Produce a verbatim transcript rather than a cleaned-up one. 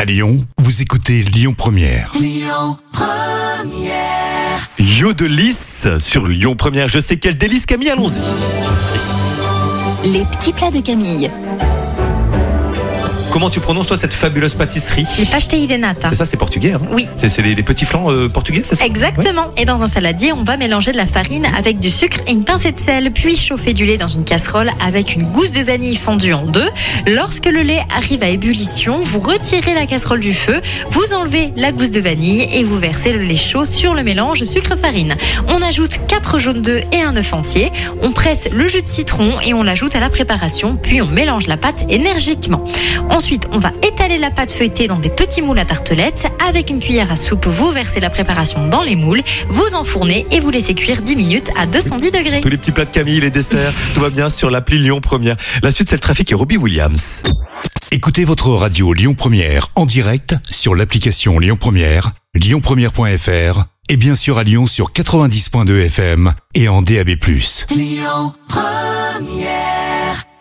À Lyon, vous écoutez Lyon Première. Lyon Première. Yodelis sur Lyon Première. Je sais quel délice, Camille, allons-y. Les petits plats de Camille. Comment tu prononces, toi, cette fabuleuse pâtisserie? Les pastéis de nata. C'est ça, c'est portugais, hein? Oui. C'est, c'est les, les petits flancs euh, portugais, c'est ça? Exactement. Ouais. Et dans un saladier, on va mélanger de la farine avec du sucre et une pincée de sel, puis chauffer du lait dans une casserole avec une gousse de vanille fondue en deux. Lorsque le lait arrive à ébullition, vous retirez la casserole du feu, vous enlevez la gousse de vanille et vous versez le lait chaud sur le mélange sucre-farine. On ajoute quatre jaunes d'œufs et un œuf entier. On presse le jus de citron et on l'ajoute à la préparation, puis on mélange la pâte énergiquement. Ensuite, on va étaler la pâte feuilletée dans des petits moules à tartelettes. Avec une cuillère à soupe, vous versez la préparation dans les moules, vous enfournez et vous laissez cuire dix minutes à deux cent dix degrés. Tous les petits plats de Camille, les desserts, tout va bien sur l'appli Lyon Première. La suite, c'est le trafic et Robbie Williams. Écoutez votre radio Lyon Première en direct sur l'application Lyon Première, lyon première point f r et bien sûr à Lyon sur quatre-vingt-dix point deux F M et en D A B plus. Lyon Première.